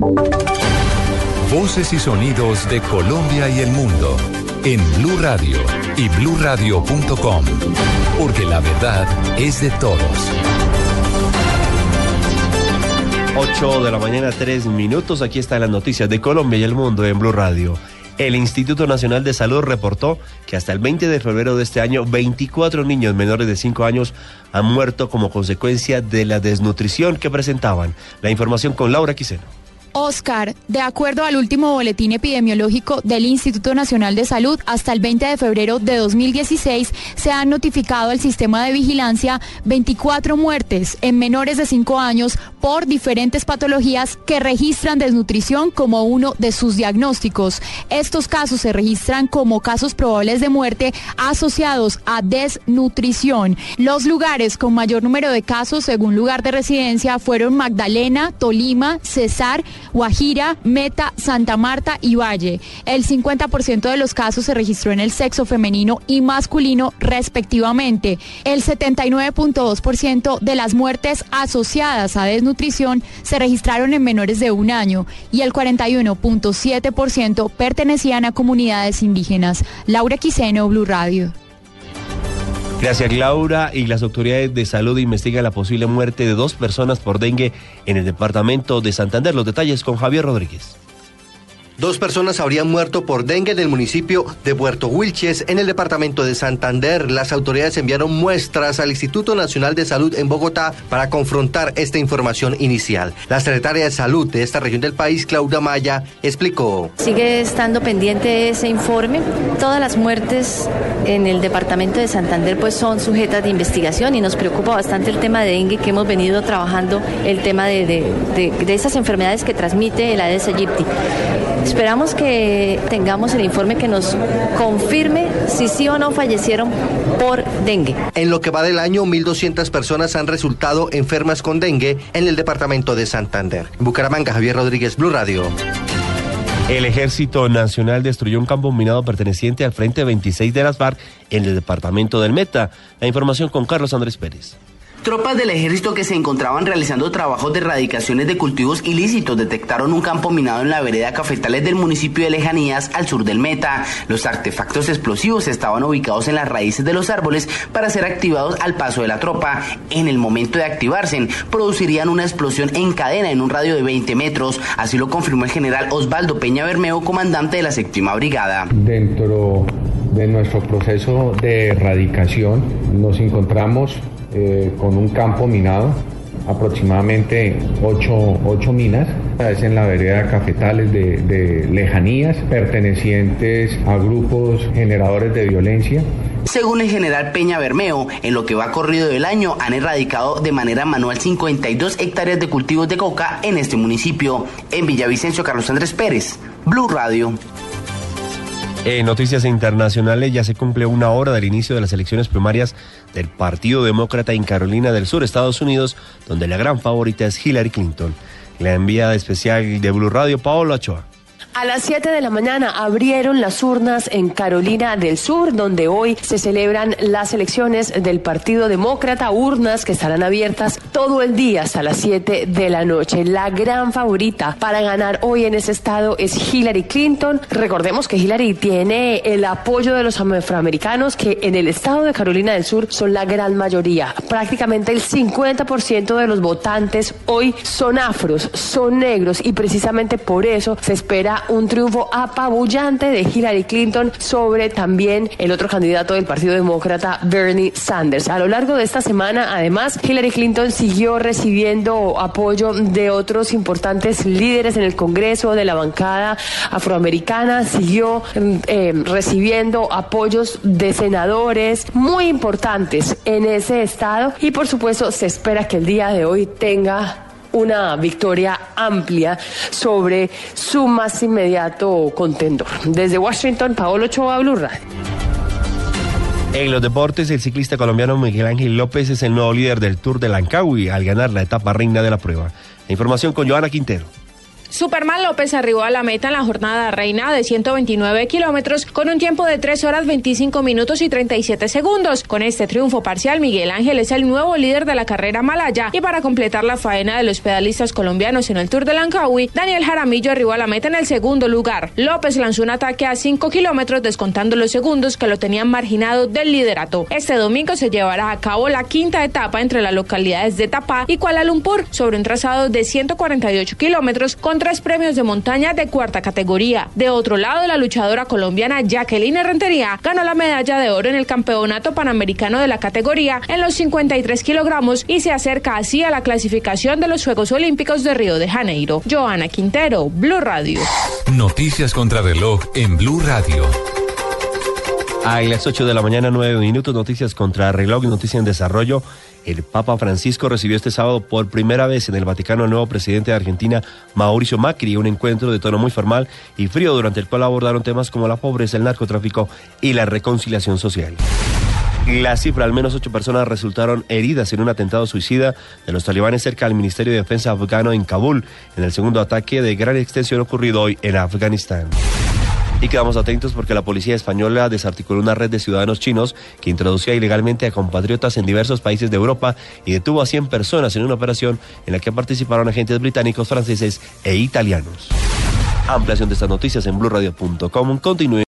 Voces y sonidos de Colombia y el mundo en Blue Radio y bluradio.com, porque la verdad es de todos. 8 de la mañana, 3 minutos. Aquí están las noticias de Colombia y el mundo en Blue Radio. El Instituto Nacional de Salud reportó que hasta el 20 de febrero de este año, 24 niños menores de 5 años han muerto como consecuencia de la desnutrición que presentaban. La información con Laura Quiseno. Oscar, de acuerdo al último boletín epidemiológico del Instituto Nacional de Salud, hasta el 20 de febrero de 2016 se han notificado al sistema de vigilancia 24 muertes en menores de 5 años por diferentes patologías que registran desnutrición como uno de sus diagnósticos. Estos casos se registran como casos probables de muerte asociados a desnutrición. Los lugares con mayor número de casos según lugar de residencia fueron Magdalena, Tolima, Cesar, Guajira, Meta, Santa Marta y Valle. El 50% de los casos se registró en el sexo femenino y masculino respectivamente. El 79.2% de las muertes asociadas a desnutrición se registraron en menores de 1 año y el 41.7% pertenecían a comunidades indígenas. Laura Quiseno, Blue Radio. Gracias, Laura. Y las autoridades de salud investigan la posible muerte de 2 personas por dengue en el departamento de Santander. Los detalles con Javier Rodríguez. 2 personas habrían muerto por dengue en el municipio de Puerto Wilches, en el departamento de Santander. Las autoridades enviaron muestras al Instituto Nacional de Salud en Bogotá para confrontar esta información inicial. La secretaria de Salud de esta región del país, Claudia Maya, explicó. Sigue estando pendiente ese informe. Todas las muertes en el departamento de Santander pues son sujetas de investigación y nos preocupa bastante el tema de dengue, que hemos venido trabajando el tema de esas enfermedades que transmite el Aedes aegypti. Esperamos que tengamos el informe que nos confirme si sí o no fallecieron por dengue. En lo que va del año, 1.200 personas han resultado enfermas con dengue en el departamento de Santander. En Bucaramanga, Javier Rodríguez, Blue Radio. El Ejército Nacional destruyó un campo minado perteneciente al Frente 26 de las FARC en el departamento del Meta. La información con Carlos Andrés Pérez. Tropas del ejército que se encontraban realizando trabajos de erradicaciones de cultivos ilícitos detectaron un campo minado en la vereda Cafetales del municipio de Lejanías, al sur del Meta. Los artefactos explosivos estaban ubicados en las raíces de los árboles para ser activados al paso de la tropa. En el momento de activarse, producirían una explosión en cadena en un radio de 20 metros. Así lo confirmó el general Osvaldo Peña Bermeo, comandante de la 7ª Brigada. Dentro de nuestro proceso de erradicación nos encontramos con un campo minado, aproximadamente 8 minas, es en la vereda Cafetales de Lejanías, pertenecientes a grupos generadores de violencia. Según el general Peña Bermeo, en lo que va corrido del año han erradicado de manera manual 52 hectáreas de cultivos de coca en este municipio. En Villavicencio, Carlos Andrés Pérez, Blue Radio. En noticias internacionales, ya se cumple 1 hora del inicio de las elecciones primarias del Partido Demócrata en Carolina del Sur, Estados Unidos, donde la gran favorita es Hillary Clinton. La enviada especial de Blue Radio, Paola Ochoa. A las 7 de la mañana abrieron las urnas en Carolina del Sur, donde hoy se celebran las elecciones del Partido Demócrata, urnas que estarán abiertas todo el día hasta las 7 de la noche. La gran favorita para ganar hoy en ese estado es Hillary Clinton. Recordemos que Hillary tiene el apoyo de los afroamericanos, que en el estado de Carolina del Sur son la gran mayoría. Prácticamente el 50% de los votantes hoy son afros, son negros, y precisamente por eso se espera un triunfo apabullante de Hillary Clinton sobre también el otro candidato del Partido Demócrata, Bernie Sanders. A lo largo de esta semana, además, Hillary Clinton siguió recibiendo apoyo de otros importantes líderes en el Congreso, de la bancada afroamericana, siguió recibiendo apoyos de senadores muy importantes en ese estado, y por supuesto se espera que el día de hoy tenga una victoria amplia sobre su más inmediato contendor. Desde Washington, Paola Ochoa, Blue Radio. En los deportes, el ciclista colombiano Miguel Ángel López es el nuevo líder del Tour de Langkawi al ganar la etapa reina de la prueba. La información con Joana Quintero. Superman López arribó a la meta en la jornada reina de 129 kilómetros con un tiempo de 3 horas 25 minutos y 37 segundos. Con este triunfo parcial, Miguel Ángel es el nuevo líder de la carrera malaya, y para completar la faena de los pedalistas colombianos en el Tour de Langkawi, Daniel Jaramillo arribó a la meta en el segundo lugar. López lanzó un ataque a 5 kilómetros descontando los segundos que lo tenían marginado del liderato. Este domingo se llevará a cabo la quinta etapa entre las localidades de Tapá y Kuala Lumpur sobre un trazado de 148 kilómetros con 3 premios de montaña de cuarta categoría. De otro lado, la luchadora colombiana Jacqueline Rentería ganó la medalla de oro en el Campeonato Panamericano de la categoría en los 53 kilogramos y se acerca así a la clasificación de los Juegos Olímpicos de Río de Janeiro. Joana Quintero, Blue Radio. Noticias contra reloj en Blue Radio. A las 8 de la mañana, 9 minutos, noticias contra reloj, noticia en desarrollo. El Papa Francisco recibió este sábado por primera vez en el Vaticano al nuevo presidente de Argentina, Mauricio Macri, un encuentro de tono muy formal y frío durante el cual abordaron temas como la pobreza, el narcotráfico y la reconciliación social. La cifra, al menos 8 personas resultaron heridas en un atentado suicida de los talibanes cerca del Ministerio de Defensa afgano en Kabul, en el segundo ataque de gran extensión ocurrido hoy en Afganistán. Y quedamos atentos porque la policía española desarticuló una red de ciudadanos chinos que introducía ilegalmente a compatriotas en diversos países de Europa y detuvo a 100 personas en una operación en la que participaron agentes británicos, franceses e italianos. Ampliación de estas noticias en blurradio.com. Continúe.